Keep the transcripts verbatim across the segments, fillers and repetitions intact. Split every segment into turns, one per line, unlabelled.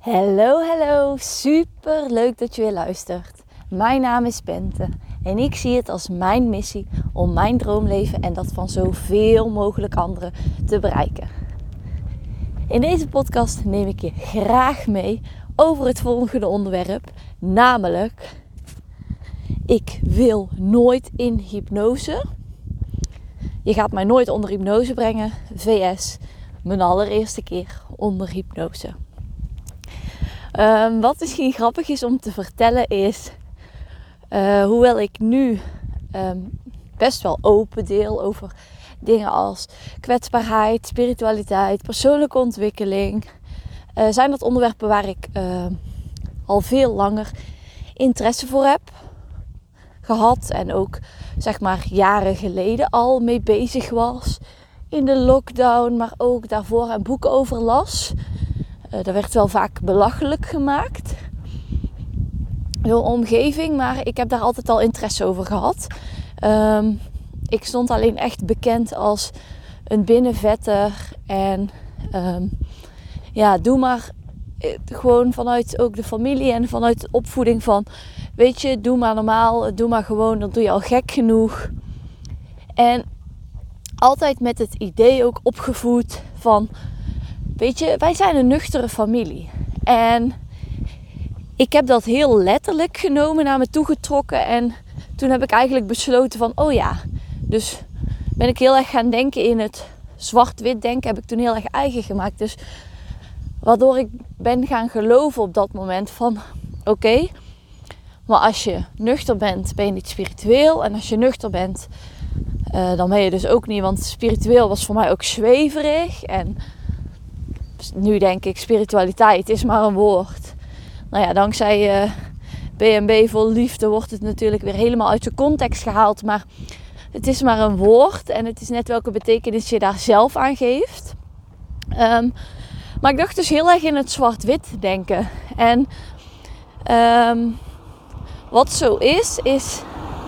Hallo, hallo. Super leuk dat je weer luistert. Mijn naam is Bente en ik zie het als mijn missie om mijn droomleven en dat van zoveel mogelijk anderen te bereiken. In deze podcast neem ik je graag mee over het volgende onderwerp, namelijk: ik wil nooit in hypnose. Je gaat mij nooit onder hypnose brengen, vs mijn allereerste keer onder hypnose. Um, wat misschien grappig is om te vertellen is, uh, hoewel ik nu um, best wel open deel over dingen als kwetsbaarheid, spiritualiteit, persoonlijke ontwikkeling, uh, zijn dat onderwerpen waar ik uh, al veel langer interesse voor heb gehad en ook zeg maar jaren geleden al mee bezig was in de lockdown, maar ook daarvoor en boeken over las. Uh, dat werd wel vaak belachelijk gemaakt door omgeving, maar ik heb daar altijd al interesse over gehad. Um, ik stond alleen echt bekend als een binnenvetter en um, ja, doe maar uh, gewoon vanuit ook de familie en vanuit de opvoeding van, weet je, doe maar normaal, doe maar gewoon, dan doe je al gek genoeg. En altijd met het idee ook opgevoed van, weet je, wij zijn een nuchtere familie. En ik heb dat heel letterlijk genomen, naar me toe getrokken. En toen heb ik eigenlijk besloten van, oh ja. Dus ben ik heel erg gaan denken in het zwart-wit denken. Heb ik toen heel erg eigen gemaakt. Dus waardoor ik ben gaan geloven op dat moment van, oké. Okay, maar als je nuchter bent, ben je niet spiritueel. En als je nuchter bent, uh, dan ben je dus ook niet. Want spiritueel was voor mij ook zweverig. En nu denk ik, spiritualiteit is maar een woord. Nou ja, dankzij uh, B en B vol liefde wordt het natuurlijk weer helemaal uit zijn context gehaald. Maar het is maar een woord en het is net welke betekenis je daar zelf aan geeft. Um, maar ik dacht dus heel erg in het zwart-wit denken. En um, wat zo is, is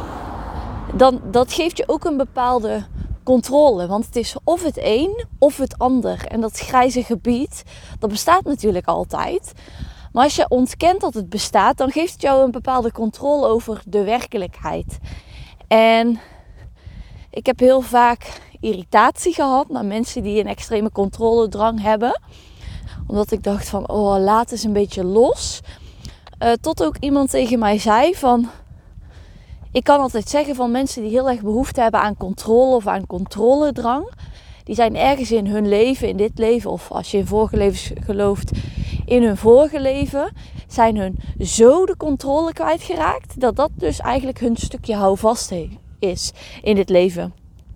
dan, dat geeft je ook een bepaalde controle. Want het is of het een of het ander. En dat grijze gebied, dat bestaat natuurlijk altijd. Maar als je ontkent dat het bestaat, dan geeft het jou een bepaalde controle over de werkelijkheid. En ik heb heel vaak irritatie gehad naar mensen die een extreme controledrang hebben. Omdat ik dacht van, oh, laat eens een beetje los. Uh, tot ook iemand tegen mij zei van, ik kan altijd zeggen van mensen die heel erg behoefte hebben aan controle of aan controledrang. Die zijn ergens in hun leven, in dit leven, of als je in vorige levens gelooft, in hun vorige leven, zijn hun zo de controle kwijtgeraakt, dat dat dus eigenlijk hun stukje houvast is in dit leven.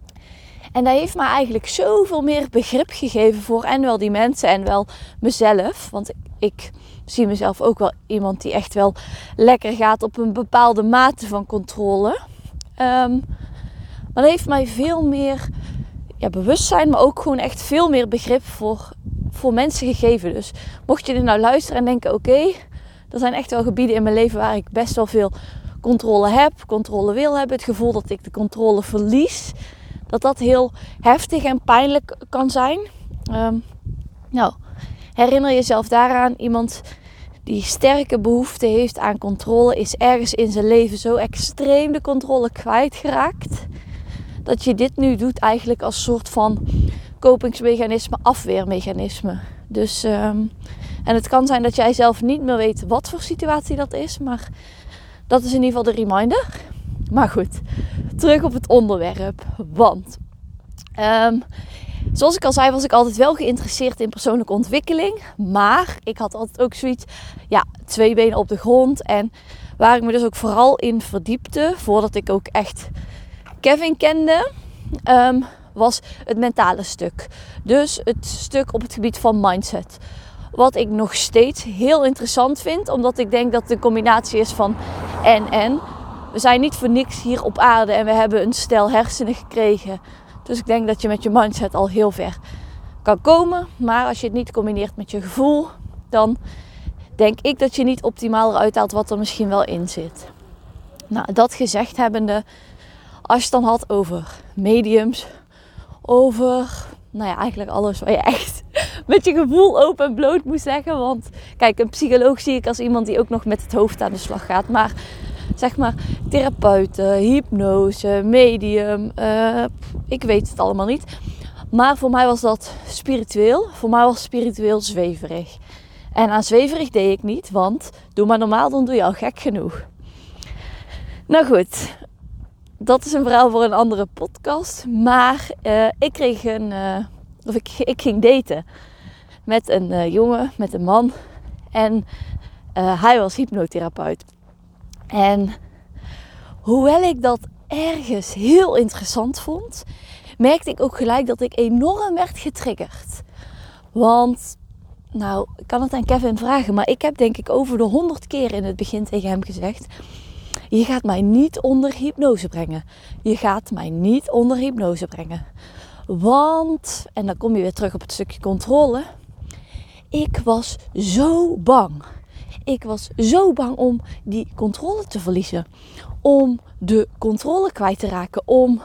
En dat heeft mij eigenlijk zoveel meer begrip gegeven voor en wel die mensen en wel mezelf. Want ik, ik zie mezelf ook wel iemand die echt wel lekker gaat op een bepaalde mate van controle. Um, maar dat heeft mij veel meer ja, bewustzijn, maar ook gewoon echt veel meer begrip voor, voor mensen gegeven. Dus mocht je dit nou luisteren en denken, oké, okay, er zijn echt wel gebieden in mijn leven waar ik best wel veel controle heb, controle wil hebben. Het gevoel dat ik de controle verlies. Dat dat heel heftig en pijnlijk kan zijn. Um, nou, herinner jezelf daaraan. Iemand die sterke behoefte heeft aan controle is ergens in zijn leven zo extreem de controle kwijtgeraakt. Dat je dit nu doet eigenlijk als soort van kopingsmechanisme, afweermechanisme. Dus, um, en het kan zijn dat jij zelf niet meer weet wat voor situatie dat is. Maar dat is in ieder geval de reminder. Maar goed, terug op het onderwerp. Want, um, zoals ik al zei, was ik altijd wel geïnteresseerd in persoonlijke ontwikkeling. Maar ik had altijd ook zoiets, ja, twee benen op de grond. En waar ik me dus ook vooral in verdiepte, voordat ik ook echt Kevin kende, um, was het mentale stuk. Dus het stuk op het gebied van mindset. Wat ik nog steeds heel interessant vind, omdat ik denk dat het een combinatie is van en en. We zijn niet voor niks hier op aarde en we hebben een stel hersenen gekregen. Dus ik denk dat je met je mindset al heel ver kan komen. Maar als je het niet combineert met je gevoel, dan denk ik dat je niet optimaal eruit haalt wat er misschien wel in zit. Nou, dat gezegd hebbende, als je het dan had over mediums, over, nou ja, eigenlijk alles waar je echt met je gevoel open en bloot moest leggen. Want kijk, een psycholoog zie ik als iemand die ook nog met het hoofd aan de slag gaat. Maar zeg maar therapeuten, hypnose, medium, uh, ik weet het allemaal niet. Maar voor mij was dat spiritueel. Voor mij was spiritueel zweverig. En aan zweverig deed ik niet, want doe maar normaal, dan doe je al gek genoeg. Nou goed, dat is een verhaal voor een andere podcast. Maar uh, ik kreeg een, uh, of ik, ik ging daten met een uh, jongen, met een man. En uh, hij was hypnotherapeut. En hoewel ik dat ergens heel interessant vond, merkte ik ook gelijk dat ik enorm werd getriggerd. Want, nou, ik kan het aan Kevin vragen, maar ik heb denk ik over de honderd keer in het begin tegen hem gezegd: je gaat mij niet onder hypnose brengen. Je gaat mij niet onder hypnose brengen. Want, en dan kom je weer terug op het stukje controle. Ik was zo bang. Ik was zo bang om die controle te verliezen. Om de controle kwijt te raken. Om,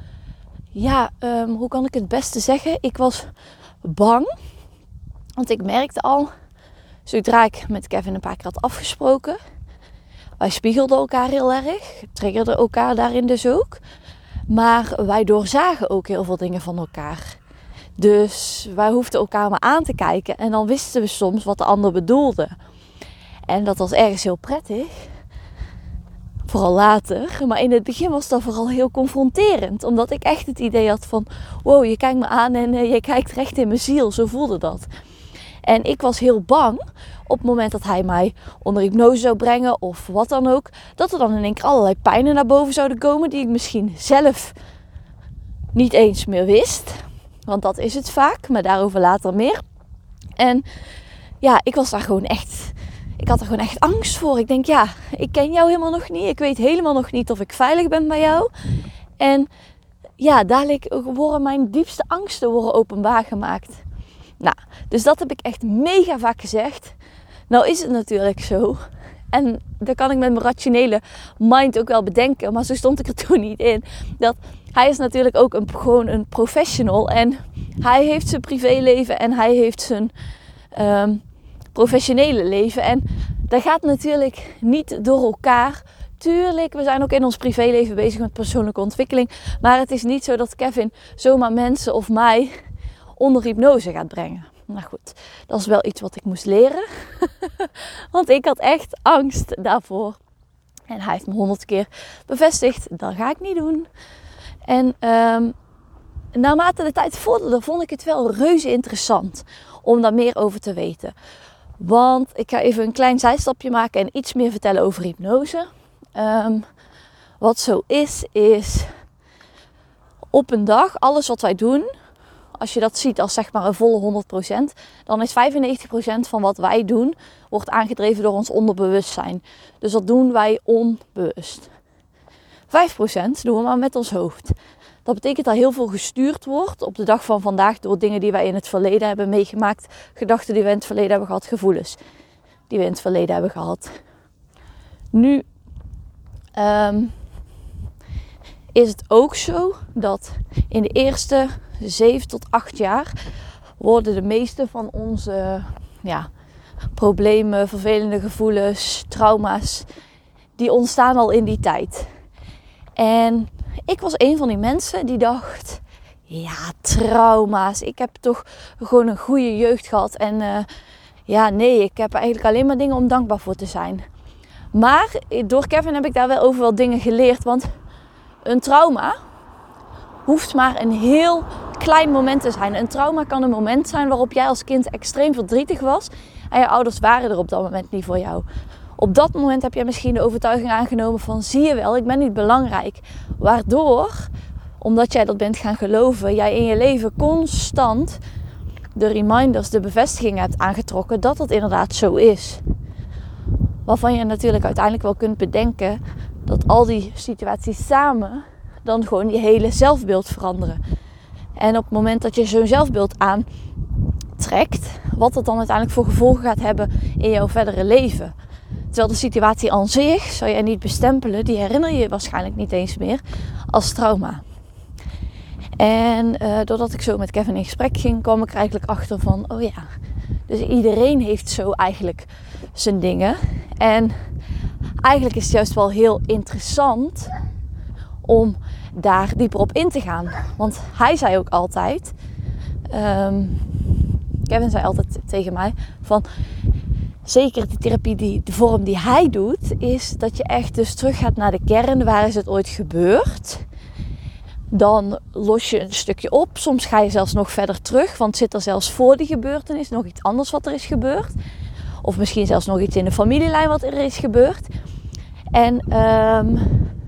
ja, um, hoe kan ik het beste zeggen? Ik was bang. Want ik merkte al, zodra ik met Kevin een paar keer had afgesproken. Wij spiegelden elkaar heel erg. Triggerden elkaar daarin dus ook. Maar wij doorzagen ook heel veel dingen van elkaar. Dus wij hoefden elkaar maar aan te kijken. En dan wisten we soms wat de ander bedoelde. En dat was ergens heel prettig. Vooral later. Maar in het begin was dat vooral heel confronterend. Omdat ik echt het idee had van: wow, je kijkt me aan en uh, je kijkt recht in mijn ziel. Zo voelde dat. En ik was heel bang op het moment dat hij mij onder hypnose zou brengen of wat dan ook. Dat er dan in één keer allerlei pijnen naar boven zouden komen die ik misschien zelf niet eens meer wist. Want dat is het vaak, maar daarover later meer. En ja, ik was daar gewoon echt... Ik had er gewoon echt angst voor. Ik denk, ja, ik ken jou helemaal nog niet. Ik weet helemaal nog niet of ik veilig ben bij jou. En ja, dadelijk worden mijn diepste angsten worden openbaar gemaakt. Nou, dus dat heb ik echt mega vaak gezegd. Nou is het natuurlijk zo. En dat kan ik met mijn rationele mind ook wel bedenken. Maar zo stond ik er toen niet in. Dat hij is natuurlijk ook een, gewoon een professional. En hij heeft zijn privéleven en hij heeft zijn um, professionele leven. En dat gaat natuurlijk niet door elkaar. Tuurlijk, we zijn ook in ons privéleven bezig met persoonlijke ontwikkeling. Maar het is niet zo dat Kevin zomaar mensen of mij onder hypnose gaat brengen. Nou goed, dat is wel iets wat ik moest leren. Want ik had echt angst daarvoor. En hij heeft me honderd keer bevestigd: dat ga ik niet doen. En um, naarmate de tijd vorderde, vond ik het wel reuze interessant om daar meer over te weten. Want ik ga even een klein zijstapje maken en iets meer vertellen over hypnose. Um, wat zo is, is op een dag alles wat wij doen, als je dat ziet als zeg maar een volle honderd procent, dan is vijfennegentig procent van wat wij doen, wordt aangedreven door ons onderbewustzijn. Dus dat doen wij onbewust. vijf procent doen we maar met ons hoofd. Dat betekent dat heel veel gestuurd wordt op de dag van vandaag door dingen die wij in het verleden hebben meegemaakt. Gedachten die we in het verleden hebben gehad, gevoelens die we in het verleden hebben gehad. Nu um, is het ook zo dat in de eerste zeven tot acht jaar worden de meeste van onze ja, problemen, vervelende gevoelens, trauma's, die ontstaan al in die tijd. En ik was een van die mensen die dacht, ja, trauma's, ik heb toch gewoon een goede jeugd gehad. En uh, ja, nee, ik heb eigenlijk alleen maar dingen om dankbaar voor te zijn. Maar door Kevin heb ik daar wel over wel dingen geleerd, want een trauma hoeft maar een heel klein moment te zijn. Een trauma kan een moment zijn waarop jij als kind extreem verdrietig was en je ouders waren er op dat moment niet voor jou. Op dat moment heb jij misschien de overtuiging aangenomen van, zie je wel, ik ben niet belangrijk. Waardoor, omdat jij dat bent gaan geloven, jij in je leven constant de reminders, de bevestiging hebt aangetrokken dat dat inderdaad zo is. Waarvan je natuurlijk uiteindelijk wel kunt bedenken dat al die situaties samen dan gewoon je hele zelfbeeld veranderen. En op het moment dat je zo'n zelfbeeld aantrekt, wat dat dan uiteindelijk voor gevolgen gaat hebben in jouw verdere leven. Terwijl de situatie aan zich, zou je niet bestempelen, die herinner je je waarschijnlijk niet eens meer als trauma. En uh, doordat ik zo met Kevin in gesprek ging, kwam ik er eigenlijk achter van, oh ja, dus iedereen heeft zo eigenlijk zijn dingen. En eigenlijk is het juist wel heel interessant om daar dieper op in te gaan. Want hij zei ook altijd, um, Kevin zei altijd tegen mij van, zeker de therapie, die, de vorm die hij doet, is dat je echt dus terug gaat naar de kern. Waar is het ooit gebeurd? Dan los je een stukje op. Soms ga je zelfs nog verder terug, want zit er zelfs voor die gebeurtenis nog iets anders wat er is gebeurd. Of misschien zelfs nog iets in de familielijn wat er is gebeurd. En um,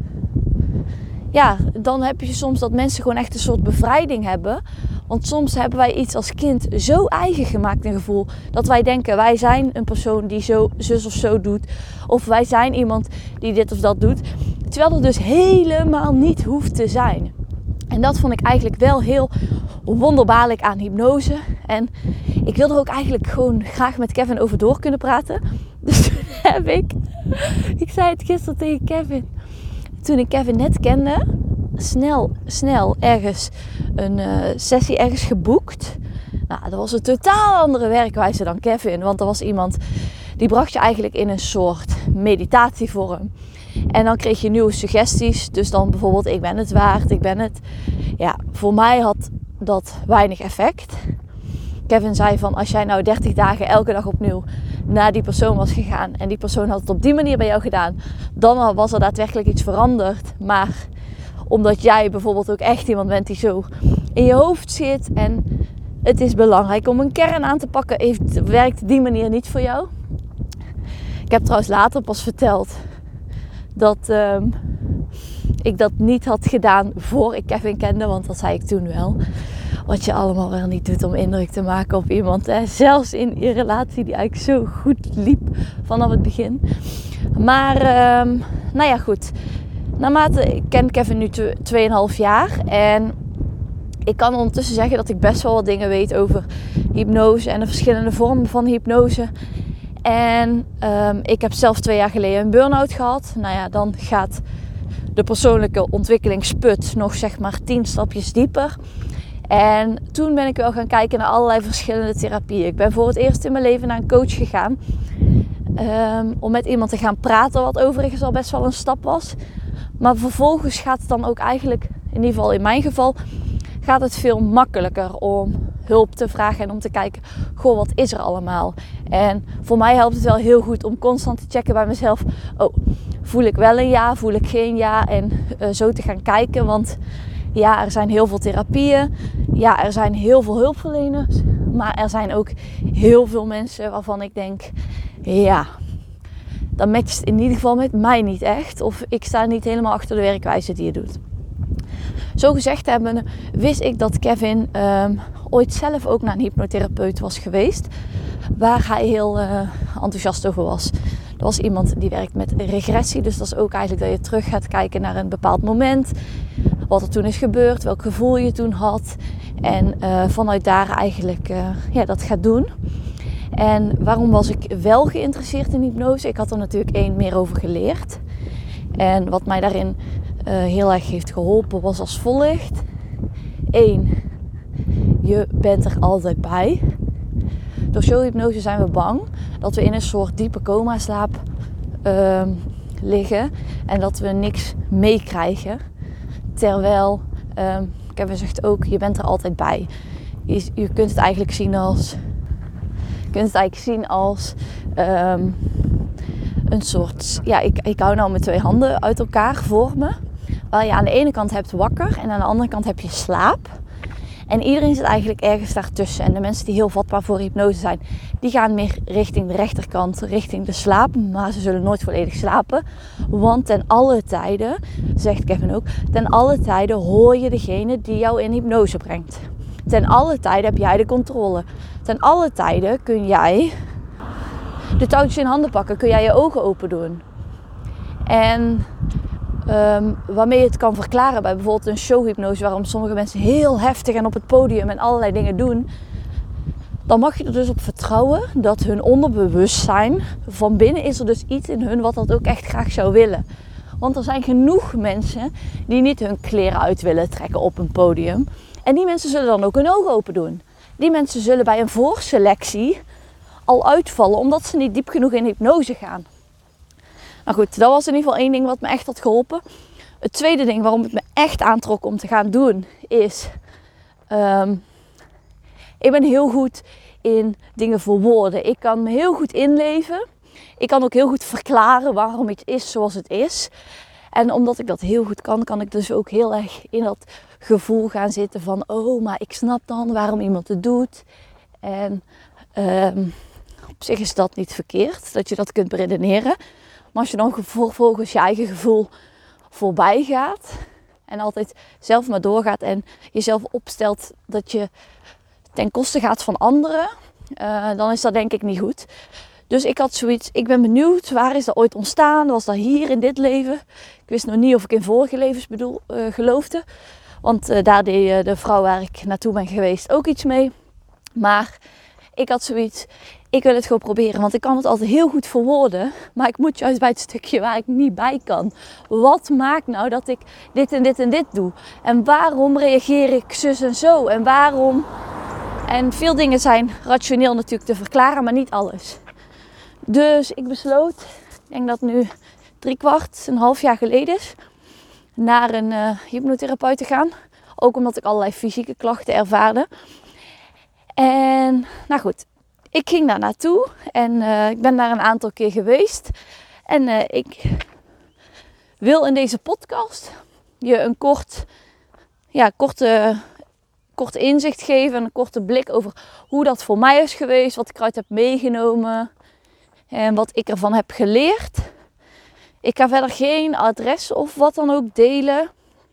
ja, dan heb je soms dat mensen gewoon echt een soort bevrijding hebben. Want soms hebben wij iets als kind zo eigen gemaakt, een gevoel, dat wij denken, wij zijn een persoon die zo zus of zo doet. Of wij zijn iemand die dit of dat doet. Terwijl het dus helemaal niet hoeft te zijn. En dat vond ik eigenlijk wel heel wonderbaarlijk aan hypnose. En ik wilde er ook eigenlijk gewoon graag met Kevin over door kunnen praten. Dus toen heb ik, ik zei het gisteren tegen Kevin, toen ik Kevin net kende, snel, snel ergens een uh, sessie ergens geboekt. Nou, dat was een totaal andere werkwijze dan Kevin. Want er was iemand die bracht je eigenlijk in een soort meditatievorm. En dan kreeg je nieuwe suggesties. Dus dan bijvoorbeeld, ik ben het waard, ik ben het. Ja, voor mij had dat weinig effect. Kevin zei van, als jij nou dertig dagen elke dag opnieuw naar die persoon was gegaan. En die persoon had het op die manier bij jou gedaan. Dan was er daadwerkelijk iets veranderd. Maar omdat jij bijvoorbeeld ook echt iemand bent die zo in je hoofd zit. En het is belangrijk om een kern aan te pakken. Heeft, werkt die manier niet voor jou? Ik heb trouwens later pas verteld dat um, ik dat niet had gedaan voor ik Kevin kende. Want dat zei ik toen wel. Wat je allemaal wel niet doet om indruk te maken op iemand. Hè? Zelfs in je relatie die eigenlijk zo goed liep vanaf het begin. Maar, um, nou ja goed. Naarmate, ik ken Kevin nu twee komma vijf jaar. En ik kan ondertussen zeggen dat ik best wel wat dingen weet over hypnose. En de verschillende vormen van hypnose. En um, ik heb zelf twee jaar geleden een burn-out gehad. Nou ja, dan gaat de persoonlijke ontwikkelingsput nog zeg maar tien stapjes dieper. En toen ben ik wel gaan kijken naar allerlei verschillende therapieën. Ik ben voor het eerst in mijn leven naar een coach gegaan. Um, om met iemand te gaan praten, wat overigens al best wel een stap was. Maar vervolgens gaat het dan ook eigenlijk, in ieder geval in mijn geval, gaat het veel makkelijker om hulp te vragen en om te kijken, goh, wat is er allemaal? En voor mij helpt het wel heel goed om constant te checken bij mezelf. Oh, voel ik wel een ja, voel ik geen ja? En uh, zo te gaan kijken, want ja, er zijn heel veel therapieën. Ja, er zijn heel veel hulpverleners. Maar er zijn ook heel veel mensen waarvan ik denk, ja, dat matcht in ieder geval met mij niet echt. Of ik sta niet helemaal achter de werkwijze die je doet. Zo gezegd hebben, wist ik dat Kevin um, ooit zelf ook naar een hypnotherapeut was geweest. Waar hij heel uh, enthousiast over was. Er was iemand die werkt met regressie. Dus dat is ook eigenlijk dat je terug gaat kijken naar een bepaald moment. Wat er toen is gebeurd, welk gevoel je toen had. En uh, vanuit daar eigenlijk uh, ja, dat gaat doen. En waarom was ik wel geïnteresseerd in hypnose? Ik had er natuurlijk één meer over geleerd. En wat mij daarin uh, heel erg heeft geholpen was als volgt. Eén, je bent er altijd bij. Door showhypnose zijn we bang dat we in een soort diepe coma-slaap uh, liggen. En dat we niks meekrijgen. Terwijl, uh, Kevin zegt ook, je bent er altijd bij. Je, je kunt het eigenlijk zien als... Je kunt het eigenlijk zien als um, een soort... Ja, ik, ik hou nou mijn twee handen uit elkaar voor me. Waar je aan de ene kant hebt wakker en aan de andere kant heb je slaap. En iedereen zit eigenlijk ergens daartussen. En de mensen die heel vatbaar voor hypnose zijn, die gaan meer richting de rechterkant, richting de slaap. Maar ze zullen nooit volledig slapen. Want ten alle tijden, zegt Kevin ook, ten alle tijden hoor je degene die jou in hypnose brengt. Ten alle tijden heb jij de controle. Ten alle tijden kun jij de touwtjes in handen pakken. Kun jij je ogen open doen. En um, waarmee je het kan verklaren bij bijvoorbeeld een showhypnose, waarom sommige mensen heel heftig en op het podium en allerlei dingen doen. Dan mag je er dus op vertrouwen dat hun onderbewustzijn, van binnen is er dus iets in hun wat dat ook echt graag zou willen. Want er zijn genoeg mensen die niet hun kleren uit willen trekken op een podium. En die mensen zullen dan ook hun ogen open doen. Die mensen zullen bij een voorselectie al uitvallen omdat ze niet diep genoeg in hypnose gaan. Nou goed, dat was in ieder geval één ding wat me echt had geholpen. Het tweede ding waarom het me echt aantrok om te gaan doen is... Um, ik ben heel goed in dingen verwoorden. Ik kan me heel goed inleven. Ik kan ook heel goed verklaren waarom iets is zoals het is. En omdat ik dat heel goed kan, kan ik dus ook heel erg in dat gevoel gaan zitten van... oh, maar ik snap dan waarom iemand het doet. En um, op zich is dat niet verkeerd, dat je dat kunt beredeneren. Maar als je dan vervolgens je eigen gevoel voorbij gaat... en altijd zelf maar doorgaat en jezelf opstelt dat je ten koste gaat van anderen... Uh, dan is dat denk ik niet goed. Dus ik had zoiets, ik ben benieuwd, waar is dat ooit ontstaan? Was dat hier in dit leven? Ik wist nog niet of ik in vorige levens bedoel, uh, geloofde. Want uh, daar deed uh, de vrouw waar ik naartoe ben geweest ook iets mee. Maar ik had zoiets, ik wil het gewoon proberen. Want ik kan het altijd heel goed verwoorden. Maar ik moet juist bij het stukje waar ik niet bij kan. Wat maakt nou dat ik dit en dit en dit doe? En waarom reageer ik zus en zo? En waarom... En veel dingen zijn rationeel natuurlijk te verklaren, maar niet alles. Dus ik besloot, ik denk dat nu drie kwart, een half jaar geleden is, naar een uh, hypnotherapeut te gaan. Ook omdat ik allerlei fysieke klachten ervaarde. En nou goed, ik ging daar naartoe en uh, ik ben daar een aantal keer geweest. En uh, ik wil in deze podcast je een kort, ja, korte... kort inzicht geven en een korte blik over hoe dat voor mij is geweest, wat ik eruit heb meegenomen en wat ik ervan heb geleerd. Ik ga verder geen adres of wat dan ook delen,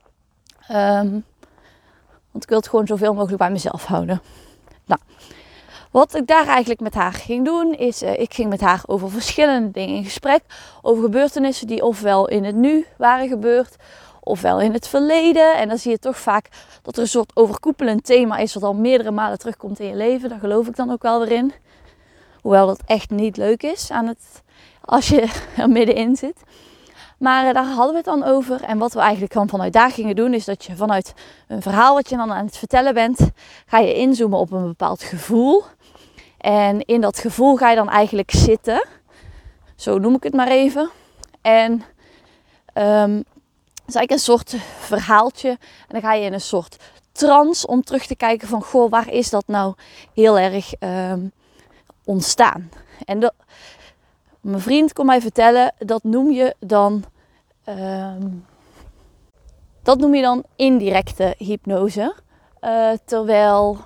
um, want ik wil het gewoon zoveel mogelijk bij mezelf houden. Nou, wat ik daar eigenlijk met haar ging doen is, uh, ik ging met haar over verschillende dingen in gesprek, over gebeurtenissen die ofwel in het nu waren gebeurd, ofwel in het verleden. En dan zie je toch vaak dat er een soort overkoepelend thema is wat al meerdere malen terugkomt in je leven. Daar geloof ik dan ook wel weer in. Hoewel dat echt niet leuk is aan het, als je er middenin zit. Maar uh, daar hadden we het dan over. En wat we eigenlijk dan vanuit daar gingen doen is dat je vanuit een verhaal wat je dan aan het vertellen bent, ga je inzoomen op een bepaald gevoel. En in dat gevoel ga je dan eigenlijk zitten. Zo noem ik het maar even. En... Um, Het is eigenlijk een soort verhaaltje. En dan ga je in een soort trance om terug te kijken van... Goh, waar is dat nou heel erg um, ontstaan? En de, mijn vriend kon mij vertellen, dat noem je dan... Um, dat noem je dan indirecte hypnose. Uh, terwijl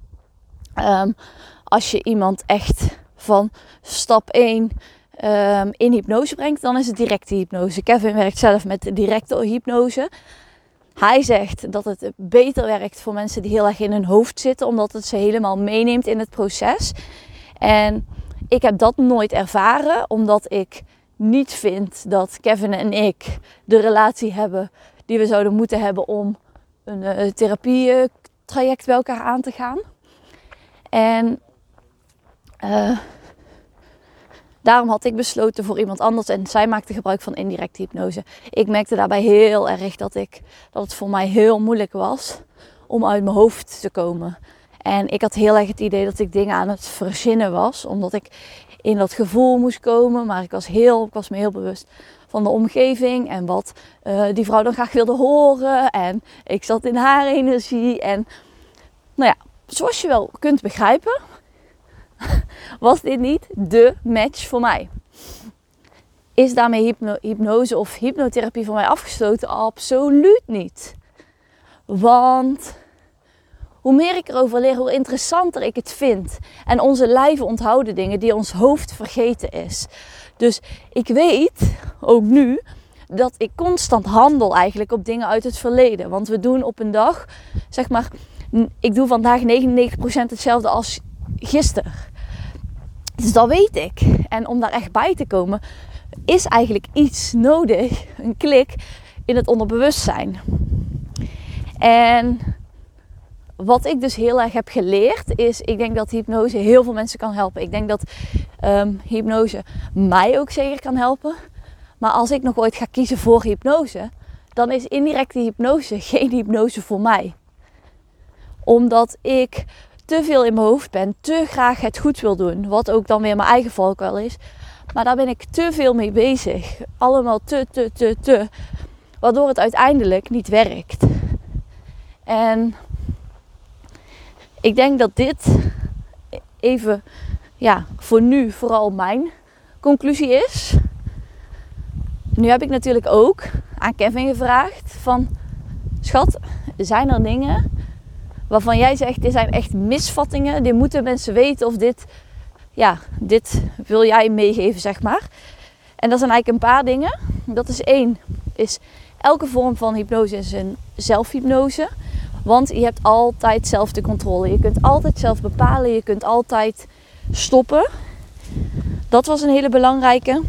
um, als je iemand echt van stap één... Um, in hypnose brengt, dan is het directe hypnose. Kevin werkt zelf met directe hypnose. Hij zegt dat het beter werkt voor mensen die heel erg in hun hoofd zitten, omdat het ze helemaal meeneemt in het proces. En ik heb dat nooit ervaren, omdat ik niet vind dat Kevin en ik de relatie hebben die we zouden moeten hebben om een uh, therapietraject bij elkaar aan te gaan. En... Uh, Daarom had ik besloten voor iemand anders en zij maakte gebruik van indirecte hypnose. Ik merkte daarbij heel erg dat, ik, dat het voor mij heel moeilijk was om uit mijn hoofd te komen. En ik had heel erg het idee dat ik dingen aan het verzinnen was, omdat ik in dat gevoel moest komen. Maar ik was, heel, ik was me heel bewust van de omgeving en wat uh, die vrouw dan graag wilde horen. En ik zat in haar energie. En nou ja, zoals je wel kunt begrijpen... was dit niet de match voor mij. Is daarmee hypno- hypnose of hypnotherapie voor mij afgesloten? Absoluut niet. Want hoe meer ik erover leer, hoe interessanter ik het vind. En onze lijven onthouden dingen die ons hoofd vergeten is. Dus ik weet, ook nu, dat ik constant handel eigenlijk op dingen uit het verleden. Want we doen op een dag, zeg maar, ik doe vandaag negenennegentig procent hetzelfde als gisteren. Dus dat weet ik. En om daar echt bij te komen, is eigenlijk iets nodig, een klik in het onderbewustzijn. En wat ik dus heel erg heb geleerd is, ik denk dat hypnose heel veel mensen kan helpen. Ik denk dat um, hypnose mij ook zeker kan helpen. Maar als ik nog ooit ga kiezen voor hypnose, dan is indirecte hypnose geen hypnose voor mij. Omdat ik te veel in mijn hoofd ben, te graag het goed wil doen. Wat ook dan weer mijn eigen valkuil is. Maar daar ben ik te veel mee bezig. Allemaal te, te, te, te. Waardoor het uiteindelijk niet werkt. En ik denk dat dit even, ja, voor nu vooral mijn conclusie is. Nu heb ik natuurlijk ook aan Kevin gevraagd van, schat, zijn er dingen waarvan jij zegt, dit zijn echt misvattingen, dit moeten mensen weten of dit, ja, dit wil jij meegeven, zeg maar. En dat zijn eigenlijk een paar dingen. Dat is één, is elke vorm van hypnose is een zelfhypnose. Want je hebt altijd zelf de controle. Je kunt altijd zelf bepalen, je kunt altijd stoppen. Dat was een hele belangrijke.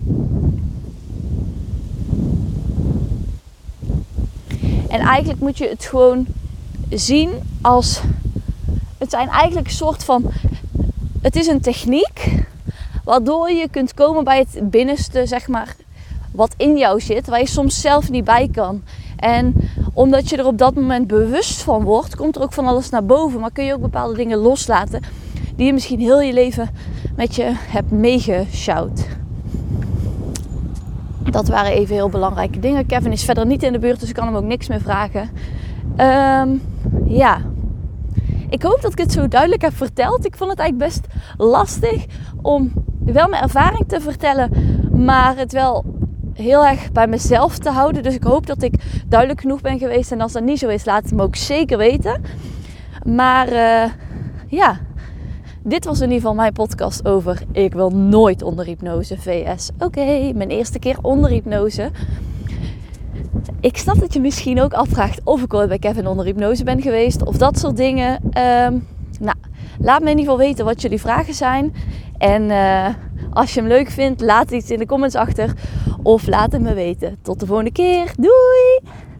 En eigenlijk moet je het gewoon zien als, het zijn eigenlijk een soort van, het is een techniek waardoor je kunt komen bij het binnenste, zeg maar, wat in jou zit, waar je soms zelf niet bij kan. En omdat je er op dat moment bewust van wordt, komt er ook van alles naar boven. Maar kun je ook bepaalde dingen loslaten die je misschien heel je leven met je hebt meegesjouwd. Dat waren even heel belangrijke dingen. Kevin is verder niet in de buurt, dus ik kan hem ook niks meer vragen. Um, ja, ik hoop dat ik het zo duidelijk heb verteld. Ik vond het eigenlijk best lastig om wel mijn ervaring te vertellen, maar het wel heel erg bij mezelf te houden. Dus ik hoop dat ik duidelijk genoeg ben geweest. En als dat niet zo is, laat het me ook zeker weten. Maar uh, ja, dit was in ieder geval mijn podcast over ik wil nooit onder hypnose. V S, oké, okay, mijn eerste keer onder hypnose. Ik snap dat je misschien ook afvraagt of ik ooit bij Kevin onder hypnose ben geweest. Of dat soort dingen. Um, nou, laat me in ieder geval weten wat jullie vragen zijn. En uh, als je hem leuk vindt, laat iets in de comments achter. Of laat het me weten. Tot de volgende keer. Doei!